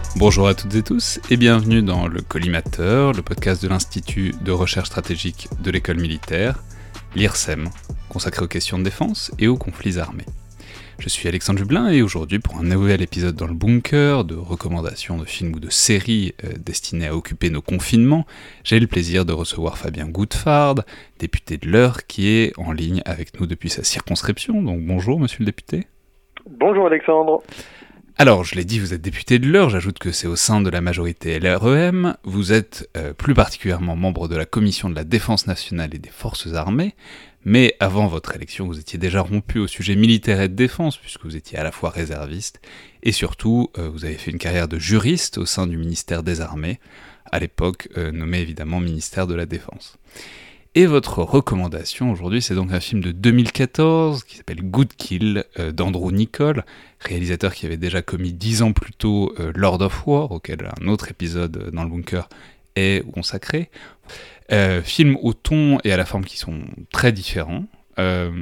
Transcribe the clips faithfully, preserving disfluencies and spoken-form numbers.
Bonjour à toutes et tous et bienvenue dans le Collimateur, le podcast de l'Institut de recherche stratégique de l'école militaire, l'I R S E M, consacré aux questions de défense et aux conflits armés. Je suis Alexandre Jublin et aujourd'hui pour un nouvel épisode dans le bunker de recommandations de films ou de séries euh, destinées à occuper nos confinements, j'ai le plaisir de recevoir Fabien Goutfard, député de l'Eure, qui est en ligne avec nous depuis sa circonscription. Donc bonjour monsieur le député. Bonjour Alexandre. Alors, je l'ai dit, vous êtes député de l'Eure, j'ajoute que c'est au sein de la majorité L R E M, vous êtes euh, plus particulièrement membre de la Commission de la Défense nationale et des Forces armées, mais avant votre élection, vous étiez déjà rompu au sujet militaire et de défense, puisque vous étiez à la fois réserviste, et surtout, euh, vous avez fait une carrière de juriste au sein du ministère des Armées, à l'époque euh, nommé évidemment ministère de la Défense. Et votre recommandation aujourd'hui, c'est donc un film de deux mille quatorze qui s'appelle Good Kill euh, d'Andrew Niccol, réalisateur qui avait déjà commis dix ans plus tôt euh, Lord of War, auquel un autre épisode euh, dans le bunker est consacré. Euh, film au ton et à la forme qui sont très différents. Euh,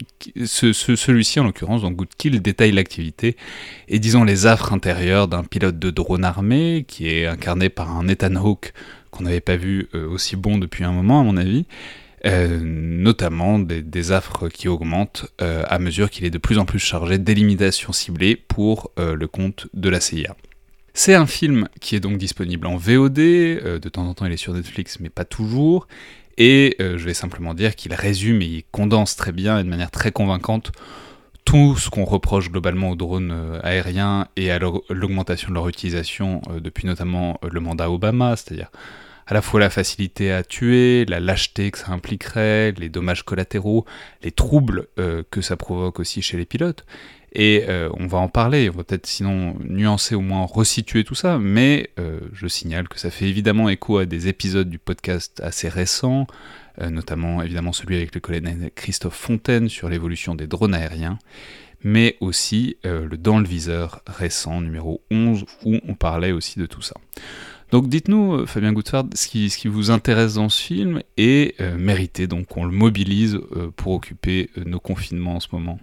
ce, ce, celui-ci, en l'occurrence, dans Good Kill, détaille l'activité et disons les affres intérieures d'un pilote de drone armé qui est incarné par un Ethan Hawke qu'on n'avait pas vu euh, aussi bon depuis un moment, à mon avis, euh, notamment des, des affres qui augmentent euh, à mesure qu'il est de plus en plus chargé d'élimination ciblée pour euh, le compte de la C I A. C'est un film qui est donc disponible en V O D, euh, de temps en temps il est sur Netflix, mais pas toujours, et euh, je vais simplement dire qu'il résume et il condense très bien et de manière très convaincante tout ce qu'on reproche globalement aux drones euh, aériens et à leur, l'augmentation de leur utilisation euh, depuis notamment euh, le mandat Obama, c'est-à-dire à la fois la facilité à tuer, la lâcheté que ça impliquerait, les dommages collatéraux, les troubles euh, que ça provoque aussi chez les pilotes. Et euh, on va en parler, on va peut-être sinon nuancer, au moins resituer tout ça, mais euh, je signale que ça fait évidemment écho à des épisodes du podcast assez récents, euh, notamment évidemment celui avec le colonel Christophe Fontaine sur l'évolution des drones aériens, mais aussi euh, le Dans le viseur récent, numéro onze, où on parlait aussi de tout ça. Donc dites-nous, Fabien Goutfard, ce qui, ce qui vous intéresse dans ce film et euh, mérité donc qu'on le mobilise euh, pour occuper euh, nos confinements en ce moment.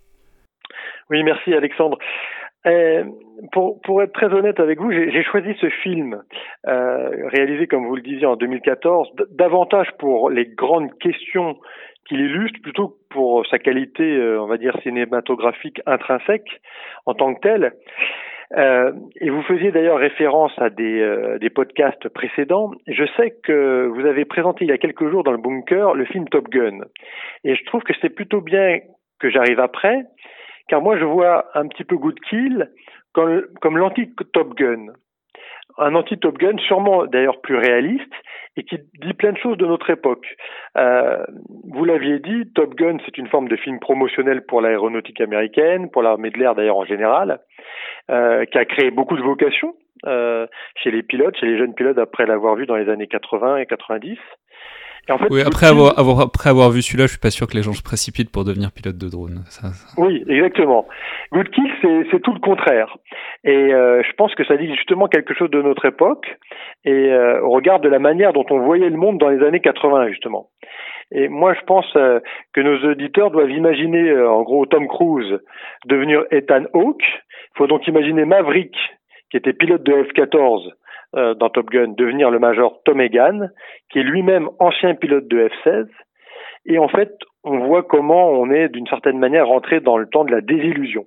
Oui, merci Alexandre. Euh, pour, pour être très honnête avec vous, j'ai, j'ai choisi ce film euh, réalisé, comme vous le disiez, en deux mille quatorze, d- davantage pour les grandes questions qu'il illustre, plutôt que pour sa qualité, euh, on va dire, cinématographique intrinsèque en tant que telle. Euh, et vous faisiez d'ailleurs référence à des, euh, des podcasts précédents. Je sais que vous avez présenté il y a quelques jours dans le bunker le film Top Gun. Et je trouve que c'est plutôt bien que j'arrive après, car moi je vois un petit peu Good Kill comme, comme l'anti-Top Gun. Un anti-Top Gun sûrement d'ailleurs plus réaliste et qui dit plein de choses de notre époque. Euh, vous l'aviez dit, Top Gun c'est une forme de film promotionnel pour l'aéronautique américaine, pour l'armée de l'air d'ailleurs en général, euh, qui a créé beaucoup de vocations euh, chez les pilotes, chez les jeunes pilotes après l'avoir vu dans les années quatre-vingts et quatre-vingt-dix. Et en fait, oui, après avoir, avoir, après avoir vu celui-là, je suis pas sûr que les gens se précipitent pour devenir pilote de drone. Ça, ça... Oui, exactement. Good Kill, c'est, c'est tout le contraire. Et euh, je pense que ça dit justement quelque chose de notre époque et euh, au regard de la manière dont on voyait le monde dans les années quatre-vingts, justement. Et moi, je pense euh, que nos auditeurs doivent imaginer, euh, en gros, Tom Cruise devenir Ethan Hawke. Il faut donc imaginer Maverick, qui était pilote de F quatorze, Euh, dans Top Gun, devenir le major Tom Egan, qui est lui-même ancien pilote de F seize. Et en fait, on voit comment on est d'une certaine manière rentré dans le temps de la désillusion.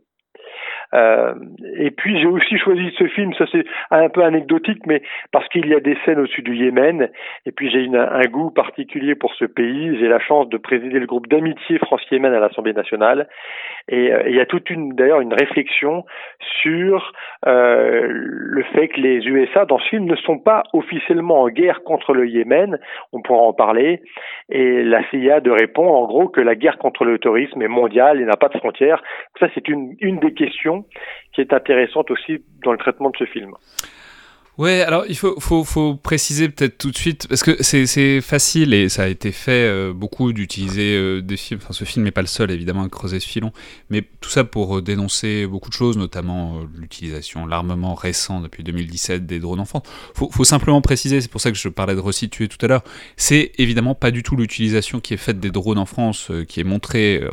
Euh, et puis j'ai aussi choisi ce film, ça c'est un peu anecdotique, mais parce qu'il y a des scènes au-dessus du Yémen, et puis j'ai une, un goût particulier pour ce pays. J'ai la chance de présider le groupe d'amitié France-Yémen à l'Assemblée nationale, et euh, il y a toute une, d'ailleurs une réflexion sur euh, le fait que les U S A dans ce film ne sont pas officiellement en guerre contre le Yémen, on pourra en parler, et la C I A de répondre en gros que la guerre contre le terrorisme est mondiale et n'a pas de frontières. Ça c'est une, une des questions qui est intéressante aussi dans le traitement de ce film. Ouais, alors il faut, faut, faut préciser peut-être tout de suite, parce que c'est, c'est facile et ça a été fait euh, beaucoup d'utiliser euh, des films, enfin ce film n'est pas le seul évidemment à creuser ce filon, mais tout ça pour euh, dénoncer beaucoup de choses, notamment euh, l'utilisation, l'armement récent depuis deux mille dix-sept des drones enfants. Faut, faut simplement préciser, c'est pour ça que je parlais de resituer tout à l'heure, c'est évidemment pas du tout l'utilisation qui est faite des drones en France, euh, qui est montrée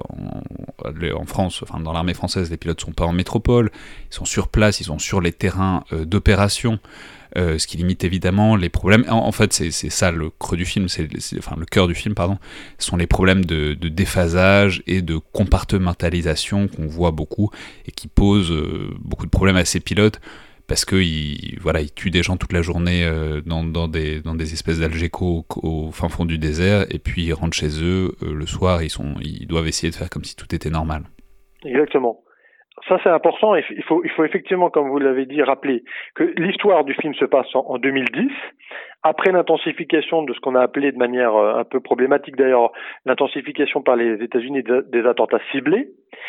en, en France, enfin dans l'armée française, les pilotes sont pas en métropole, ils sont sur place, ils sont sur les terrains euh, d'opération. Euh, ce qui limite évidemment les problèmes. En, en fait, c'est, c'est ça le creux du film, c'est, c'est, enfin le cœur du film, pardon, ce sont les problèmes de, de déphasage et de compartimentalisation qu'on voit beaucoup et qui posent euh, beaucoup de problèmes à ces pilotes parce que ils, voilà, ils tuent des gens toute la journée euh, dans, dans, des, dans des espèces d'algécos au, au fin fond du désert et puis ils rentrent chez eux euh, le soir, ils, sont, ils doivent essayer de faire comme si tout était normal. Exactement. Ça, c'est important. Il faut, il faut effectivement, comme vous l'avez dit, rappeler que l'histoire du film se passe en, en deux mille dix, après l'intensification de ce qu'on a appelé de manière un peu problématique d'ailleurs, l'intensification par les États-Unis des, des attentats ciblés.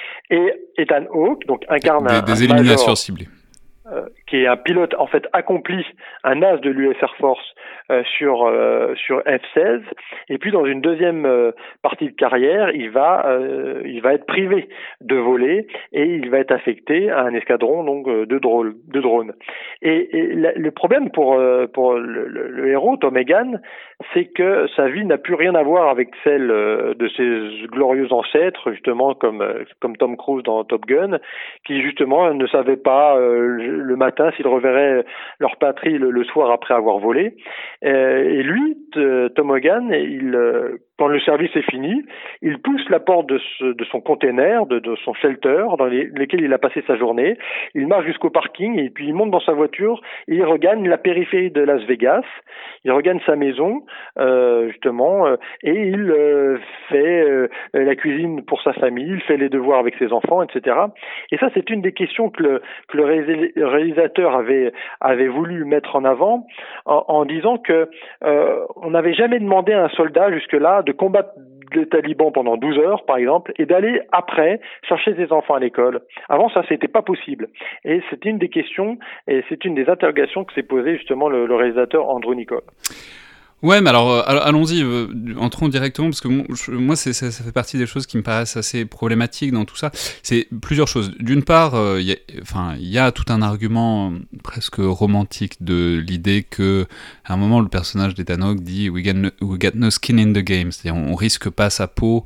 Et Ethan Hawke, donc incarne des, un, des un éliminations major, ciblées. Euh, qui est un pilote en fait accompli, un as de l'U S Air Force euh, sur euh, sur F seize, et puis dans une deuxième euh, partie de carrière, il va euh, il va être privé de voler et il va être affecté à un escadron donc de drones de drones. Et, et la, le problème pour euh, pour le, le, le héros Tom Egan, c'est que sa vie n'a plus rien à voir avec celle euh, de ses glorieux ancêtres, justement comme euh, comme Tom Cruise dans Top Gun, qui justement ne savait pas euh, le matin s'ils reverraient leur patrie le, le soir après avoir volé. Euh, et lui, t- Tom Egan, il, euh, quand le service est fini, il pousse la porte de, ce, de son container, de, de son shelter, dans les, lesquels il a passé sa journée. Il marche jusqu'au parking et puis il monte dans sa voiture et il regagne la périphérie de Las Vegas. Il regagne sa maison, euh, justement, euh, et il euh, fait euh, la cuisine pour sa famille, il fait les devoirs avec ses enfants, et cetera. Et ça, c'est une des questions que le, que le réalisateur avait, avait voulu mettre en avant en, en disant que euh, on n'avait jamais demandé à un soldat jusque-là de combattre les talibans pendant douze heures, par exemple, et d'aller après chercher ses enfants à l'école. Avant, ça, c'était pas possible. Et c'était une des questions, et c'est une des interrogations que s'est posée justement le, le réalisateur Andrew Niccol. Ouais, mais alors, euh, allons-y, euh, entrons directement, parce que moi, je, moi c'est, ça, ça fait partie des choses qui me paraissent assez problématiques dans tout ça. C'est plusieurs choses. D'une part, euh, y a, enfin, il y a tout un argument presque romantique de l'idée que, à un moment, le personnage d'Ethan Hawke dit we got, no, we got no skin in the game, c'est-à-dire on, on risque pas sa peau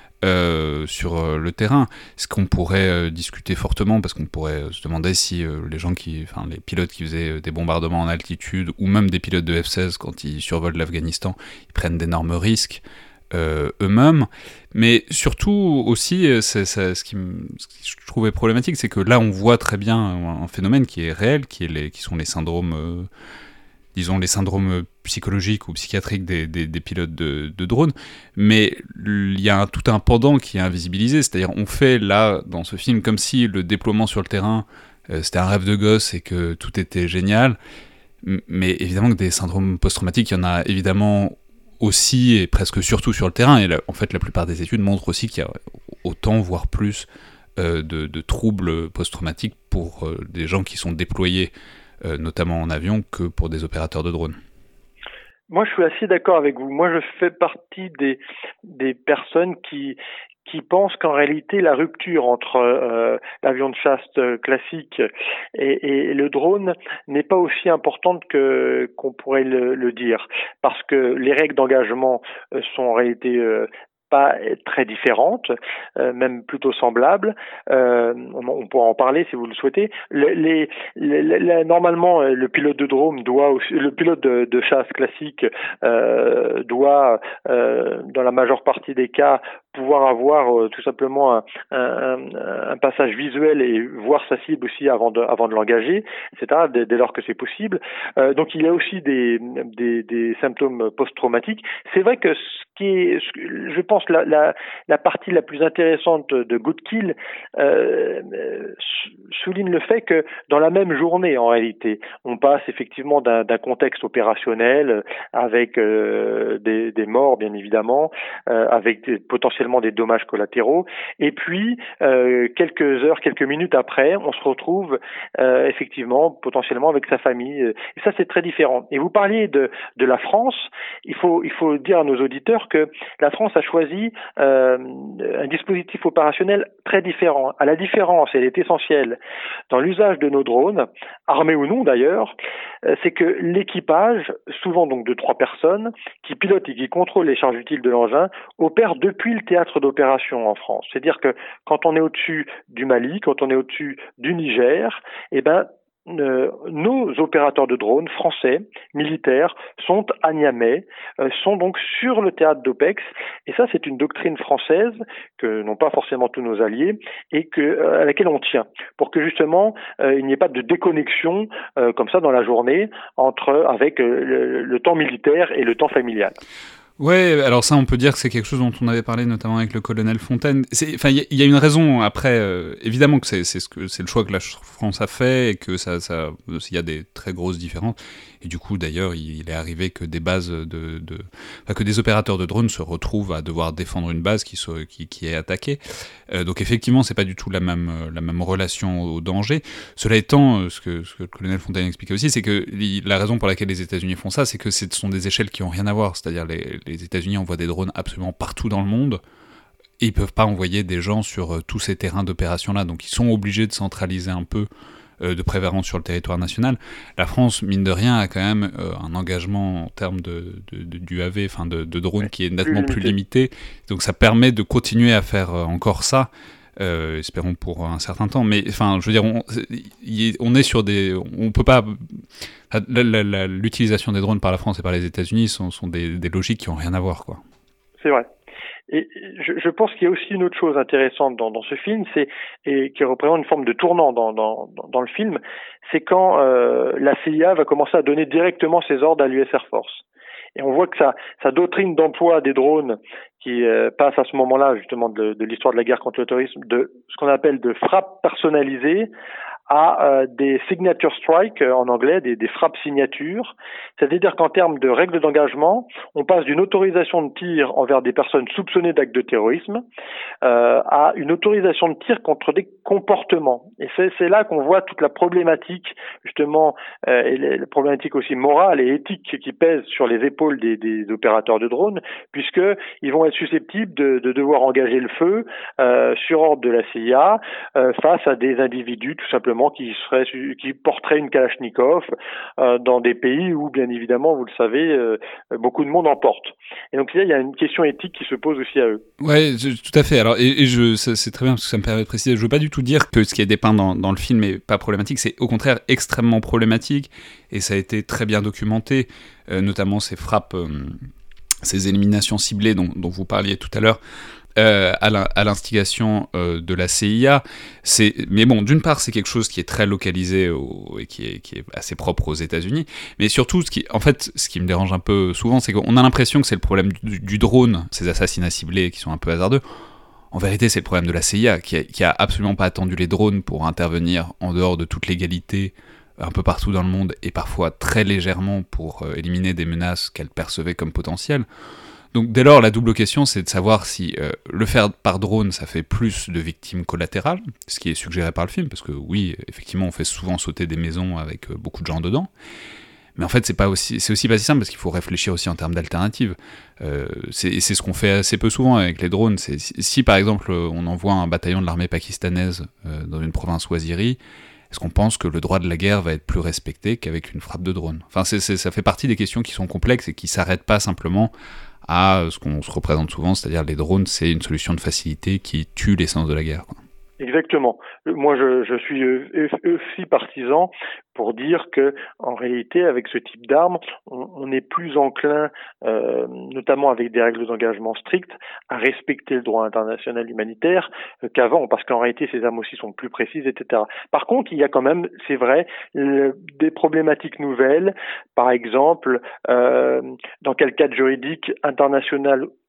Euh, sur euh, le terrain, ce qu'on pourrait euh, discuter fortement, parce qu'on pourrait euh, se demander si euh, les gens qui, enfin les pilotes qui faisaient euh, des bombardements en altitude, ou même des pilotes de F seize quand ils survolent l'Afghanistan, ils prennent d'énormes risques euh, eux-mêmes. Mais surtout aussi, c'est, c'est, ce, qui me, ce que je trouvais problématique, c'est que là on voit très bien un, un phénomène qui est réel, qui, est les, qui sont les syndromes euh, disons les syndromes psychologiques ou psychiatriques des, des, des pilotes de, de drones, mais il y a un, tout un pendant qui est invisibilisé, c'est-à-dire on fait là, dans ce film, comme si le déploiement sur le terrain, euh, c'était un rêve de gosse et que tout était génial, mais évidemment que des syndromes post-traumatiques, il y en a évidemment aussi, et presque surtout sur le terrain, et là, en fait la plupart des études montrent aussi qu'il y a autant, voire plus, euh, de, de troubles post-traumatiques pour euh, des gens qui sont déployés Euh, notamment en avion, que pour des opérateurs de drones. Moi, je suis assez d'accord avec vous. Moi, je fais partie des, des personnes qui, qui pensent qu'en réalité, la rupture entre euh, l'avion de chasse classique et, et le drone n'est pas aussi importante que qu'on pourrait le, le dire, parce que les règles d'engagement sont en réalité euh, pas très différentes, euh, même plutôt semblables. Euh, on, on pourra en parler si vous le souhaitez. Le, les, les, les, normalement, le pilote de drone doit, aussi, le pilote de, de chasse classique euh, doit, euh, dans la majeure partie des cas, pouvoir avoir euh, tout simplement un, un, un passage visuel et voir sa cible aussi avant de, avant de l'engager, et cetera. Dès, dès lors que c'est possible. Euh, donc il y a aussi des, des, des symptômes post-traumatiques. C'est vrai que ce qui est, je pense, la, la, la partie la plus intéressante de Good Kill euh, souligne le fait que dans la même journée, en réalité, on passe effectivement d'un, d'un contexte opérationnel avec euh, des, des morts, bien évidemment, euh, avec des, potentiellement potentiellement des dommages collatéraux. Et puis, euh, quelques heures, quelques minutes après, on se retrouve euh, effectivement potentiellement avec sa famille. Et ça, c'est très différent. Et vous parliez de, de la France. Il faut, il faut dire à nos auditeurs que la France a choisi euh, un dispositif opérationnel très différent. À la différence, elle est essentielle dans l'usage de nos drones, armés ou non d'ailleurs, euh, c'est que l'équipage, souvent donc de trois personnes, qui pilotent et qui contrôlent les charges utiles de l'engin, opère depuis le théâtre d'opération en France. C'est-à-dire que quand on est au-dessus du Mali, quand on est au-dessus du Niger, eh ben, Euh, nos opérateurs de drones français, militaires, sont à Niamey, euh, sont donc sur le théâtre d'OPEX, et ça c'est une doctrine française que n'ont pas forcément tous nos alliés et que euh, à laquelle on tient, pour que justement euh, il n'y ait pas de déconnexion euh, comme ça dans la journée entre avec euh, le, le temps militaire et le temps familial. Ouais, alors ça, on peut dire que c'est quelque chose dont on avait parlé notamment avec le colonel Fontaine. Enfin, il y, y a une raison. Après, euh, évidemment que c'est c'est ce que c'est le choix que la France a fait et que ça, ça, il y a des très grosses différences. Et du coup, d'ailleurs, il, il est arrivé que des bases de, de, enfin, que des opérateurs de drones se retrouvent à devoir défendre une base qui soit, qui, qui est attaquée. Euh, donc effectivement, c'est pas du tout la même, la même relation au danger. Cela étant, ce que, ce que le colonel Fontaine expliquait aussi, c'est que la raison pour laquelle les États-Unis font ça, c'est que ce sont des échelles qui ont rien à voir. C'est-à-dire les les États-Unis envoient des drones absolument partout dans le monde, et ils peuvent pas envoyer des gens sur euh, tous ces terrains d'opération-là, donc ils sont obligés de centraliser un peu euh, de préférence sur le territoire national. La France, mine de rien, a quand même euh, un engagement en termes de, de, de, d'U A V, enfin de, de drones, qui est nettement plus limité, donc ça permet de continuer à faire euh, encore ça, euh, espérons pour un certain temps, mais enfin, je veux dire, on, on est sur des... on peut pas... La, la, la, l'utilisation des drones par la France et par les États-Unis sont, sont des, des logiques qui n'ont rien à voir, quoi. C'est vrai. Et je, je pense qu'il y a aussi une autre chose intéressante dans, dans ce film, c'est et qui représente une forme de tournant dans, dans, dans le film, c'est quand euh, la C I A va commencer à donner directement ses ordres à l'U S Air Force. Et on voit que sa, sa doctrine d'emploi des drones, qui euh, passe à ce moment-là justement de, de l'histoire de la guerre contre le terrorisme, de ce qu'on appelle de frappe personnalisée, à euh, des signature strike euh, en anglais, des, des frappes signatures. C'est-à-dire qu'en termes de règles d'engagement, on passe d'une autorisation de tir envers des personnes soupçonnées d'actes de terrorisme euh, à une autorisation de tir contre des comportements. Et c'est, c'est là qu'on voit toute la problématique, justement, euh, et les, les problématiques aussi morales et éthiques qui pèsent sur les épaules des, des opérateurs de drones, puisque ils vont être susceptibles de, de devoir engager le feu euh, sur ordre de la C I A euh, face à des individus tout simplement qui serait qui porterait une Kalachnikov euh, dans des pays où bien évidemment vous le savez euh, beaucoup de monde en porte. Et donc là il y a une question éthique qui se pose aussi à eux. Ouais, je, tout à fait. Alors et, et je ça, c'est très bien parce que ça me permet de préciser. Je veux pas du tout dire que ce qui est dépeint dans, dans le film est pas problématique. C'est au contraire extrêmement problématique et ça a été très bien documenté, euh, notamment ces frappes, euh, ces éliminations ciblées dont, dont vous parliez tout à l'heure. Euh, à l'instigation euh, de la C I A, c'est, mais bon, d'une part, c'est quelque chose qui est très localisé au, et qui est, qui est assez propre aux États-Unis, mais surtout, ce qui, en fait, ce qui me dérange un peu souvent, c'est qu'on a l'impression que c'est le problème du, du drone, ces assassinats ciblés qui sont un peu hasardeux. En vérité, c'est le problème de la C I A, qui a, qui a absolument pas attendu les drones pour intervenir en dehors de toute légalité, un peu partout dans le monde, et parfois très légèrement pour euh, éliminer des menaces qu'elle percevait comme potentielles. Donc dès lors, la double question, c'est de savoir si euh, le faire par drone, ça fait plus de victimes collatérales, ce qui est suggéré par le film, parce que oui, effectivement, on fait souvent sauter des maisons avec euh, beaucoup de gens dedans, mais en fait, c'est pas aussi, c'est aussi pas si simple, parce qu'il faut réfléchir aussi en termes d'alternatives. Euh, c'est, c'est ce qu'on fait assez peu souvent avec les drones. C'est, si, si par exemple, on envoie un bataillon de l'armée pakistanaise euh, dans une province Waziri, est-ce qu'on pense que le droit de la guerre va être plus respecté qu'avec une frappe de drone ? Enfin, c'est, c'est, ça fait partie des questions qui sont complexes et qui s'arrêtent pas simplement à ce qu'on se représente souvent, c'est-à-dire les drones, c'est une solution de facilité qui tue l'essence de la guerre, quoi. Exactement. Moi, je, je suis aussi partisan pour dire que, en réalité, avec ce type d'armes, on, on est plus enclin, euh, notamment avec des règles d'engagement strictes, à respecter le droit international humanitaire euh, qu'avant, parce qu'en réalité, ces armes aussi sont plus précises, et cetera. Par contre, il y a quand même, c'est vrai, euh, des problématiques nouvelles. Par exemple, euh, dans quel cadre juridique international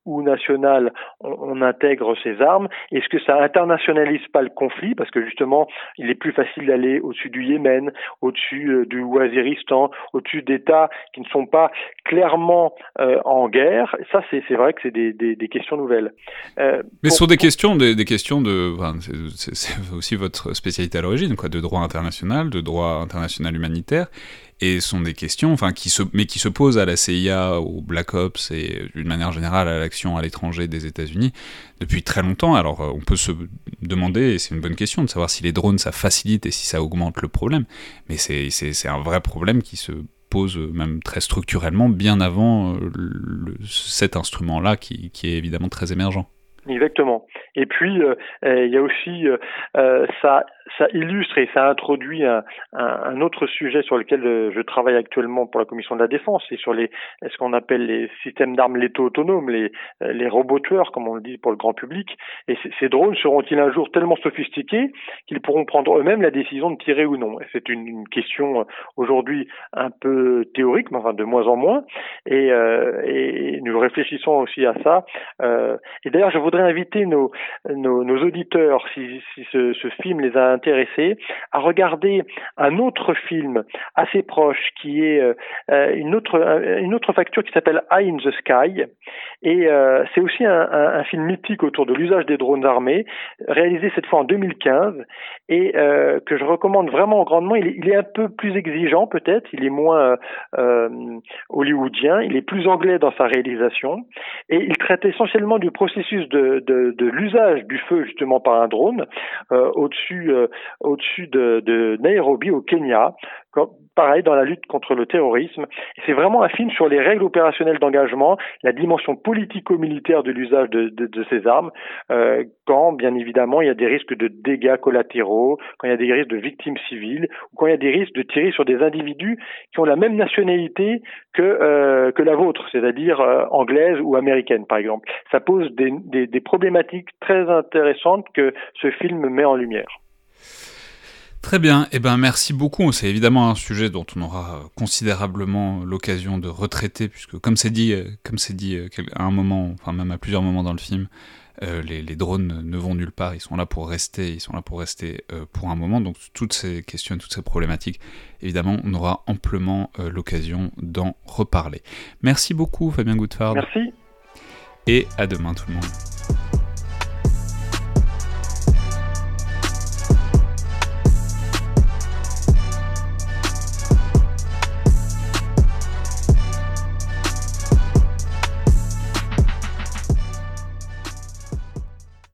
ou nationale on, on intègre ces armes? Est-ce que ça internationalise pas le conflit? Parce que justement, il est plus facile d'aller au-dessus du Yémen, au-dessus euh, du Waziristan, au-dessus d'États qui ne sont pas clairement euh, en guerre. Ça, c'est, c'est vrai que c'est des, des, des questions nouvelles. Euh, Mais ce sont des questions, des, des questions de... Enfin, c'est, c'est, c'est aussi votre spécialité à l'origine, quoi, de droit international, de droit international humanitaire. Et ce sont des questions, enfin, qui se, mais qui se posent à la C I A, au Black Ops et d'une manière générale à l'action à l'étranger des États-Unis depuis très longtemps. Alors, on peut se demander, et c'est une bonne question, de savoir si les drones ça facilite et si ça augmente le problème. Mais c'est, c'est, c'est un vrai problème qui se pose même très structurellement bien avant le, cet instrument-là qui, qui est évidemment très émergent. Exactement. Et puis, euh, il y a aussi, euh, ça, ça illustre et ça introduit un, un, un autre sujet sur lequel je travaille actuellement pour la Commission de la Défense, c'est sur les, ce qu'on appelle les systèmes d'armes létaux autonomes, les, les robots tueurs, comme on le dit pour le grand public. Et c- ces drones seront-ils un jour tellement sophistiqués qu'ils pourront prendre eux-mêmes la décision de tirer ou non? Et c'est une, une question aujourd'hui un peu théorique, mais enfin de moins en moins. Et, euh, et nous réfléchissons aussi à ça. Euh, et d'ailleurs, je voudrais inviter nos, nos, nos auditeurs, si, si ce, ce film les a intéressés, à regarder un autre film assez proche qui est euh, une autre une autre facture qui s'appelle Eye in the Sky. Et euh, c'est aussi un, un, un film mythique autour de l'usage des drones armés, réalisé cette fois en deux mille quinze, et euh, que je recommande vraiment grandement. Il est, il est un peu plus exigeant peut-être, il est moins euh, hollywoodien, il est plus anglais dans sa réalisation, et il traite essentiellement du processus de De, de, de l'usage du feu justement par un drone euh, au-dessus, euh, au-dessus de, de Nairobi au Kenya, comme, pareil dans la lutte contre le terrorisme. Et c'est vraiment un film sur les règles opérationnelles d'engagement, la dimension politico-militaire de l'usage de, de, de ces armes, euh, quand bien évidemment il y a des risques de dégâts collatéraux, quand il y a des risques de victimes civiles, ou quand il y a des risques de tirer sur des individus qui ont la même nationalité que, euh, que la vôtre, c'est-à-dire euh, anglaise ou américaine par exemple. Ça pose des, des, des problématiques très intéressantes que ce film met en lumière. Très bien, eh ben merci beaucoup. C'est évidemment un sujet dont on aura considérablement l'occasion de retraiter, puisque comme c'est dit, comme c'est dit à un moment, enfin même à plusieurs moments dans le film, euh, les, les drones ne vont nulle part, ils sont là pour rester, ils sont là pour rester euh, pour un moment. Donc toutes ces questions, toutes ces problématiques, évidemment, on aura amplement euh, l'occasion d'en reparler. Merci beaucoup, Fabien Goutfard. Merci. Et à demain tout le monde.